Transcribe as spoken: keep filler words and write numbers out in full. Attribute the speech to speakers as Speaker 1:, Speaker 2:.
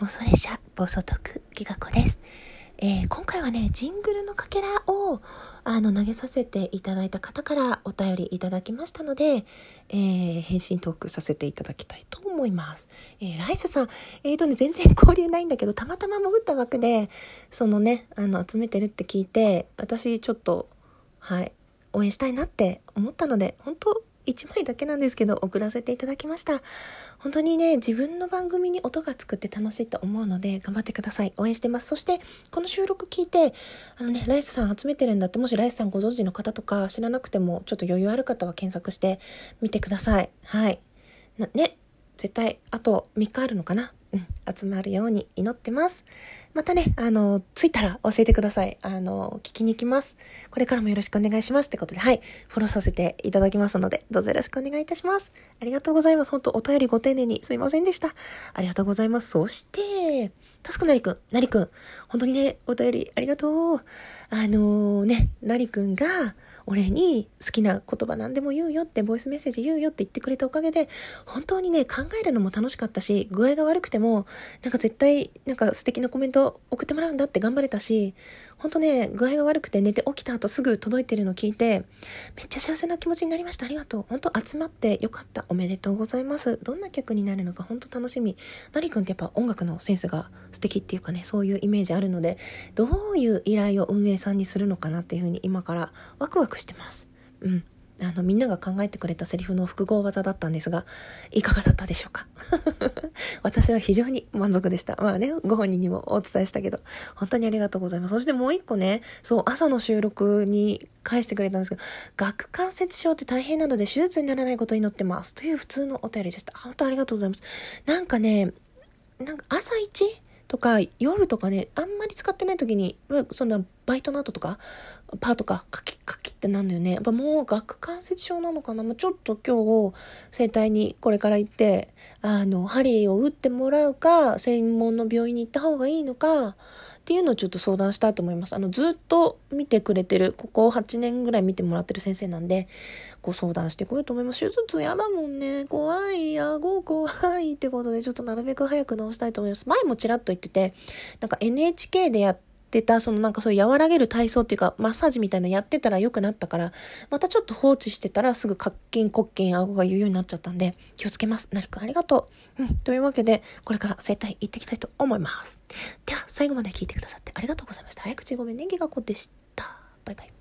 Speaker 1: 妄想列車暴走特ギガ子です。えー、今回はねジングルのかけらをあの投げさせていただいた方からお便りいただきましたので、えー、返信トークさせていただきたいと思います。えー、ライスさん、えーとね全然交流ないんだけど、たまたま潜った枠でそのねあの集めてるって聞いて、私ちょっとはい応援したいなって思ったので、本当いちまいだけなんですけど送らせていただきました。本当にね自分の番組に音がつくって楽しいと思うので頑張ってください。応援してます。そしてこの収録聞いてあのねライスさん集めてるんだって、もしライスさんご存知の方とか知らなくてもちょっと余裕ある方は検索してみてください。はいなね絶対あとみっかあるのかな、うん、集まるように祈ってます。またね、あの、着いたら教えてください。あの、聞きに行きます。これからもよろしくお願いします。ってことで、はい、フォローさせていただきますので、どうぞよろしくお願いいたします。ありがとうございます。本当お便りご丁寧にすいませんでした。ありがとうございます。そして、タスクなりくん、なりくん、本当にね、お便りありがとう。あのー、ね、なりくんが、俺に好きな言葉何でも言うよって、ボイスメッセージ言うよって言ってくれたおかげで、本当にね考えるのも楽しかったし、具合が悪くてもなんか絶対なんか素敵なコメント送ってもらうんだって頑張れたし、本当ね具合が悪くて寝て起きた後すぐ届いてるの聞いてめっちゃ幸せな気持ちになりました。ありがとう。本当集まってよかった。おめでとうございます。どんな曲になるのか本当楽しみ。なりくんってやっぱ音楽のセンスが素敵っていうかね、そういうイメージあるので、どういう依頼を運営さんにするのかなっていうふうに今からワクワクしてます。うん。あのみんなが考えてくれたセリフの複合技だったんですが、いかがだったでしょうか。私は非常に満足でした。まあね、ご本人にもお伝えしたけど本当にありがとうございます。そしてもう一個ね、そう朝の収録に返してくれたんですけど、顎関節症って大変なので手術にならないことを祈ってますという普通のお便りでした。本当ありがとうございます。なんかね、なんか朝一とか夜とかね、あんまり使ってない時に、そんなバイトの後とかパーとかカキカキってなんのよね。やっぱもう顎関節症なのかな。もうちょっと今日整体にこれから行ってあの針を打ってもらうか、専門の病院に行った方がいいのかっていうのをちょっと相談したいと思います。あのずっと見てくれてる、ここはちねんぐらい見てもらってる先生なんでご相談してこようと思います。手術やだもんね、怖い、顎怖いってことでちょっとなるべく早く治したいと思います。前もちらっと言ってて、なんか エヌエイチケー でやって出たそのなんかそういう和らげる体操っていうかマッサージみたいなのやってたら良くなったから、またちょっと放置してたらすぐカッキンコッキン顎が言うようになっちゃったんで気をつけます。なりくんありがとう。うん、というわけでこれから整体行ってきたいと思います。では最後まで聞いてくださってありがとうございました。早口ごめんね、ギガ子でした。バイバイ。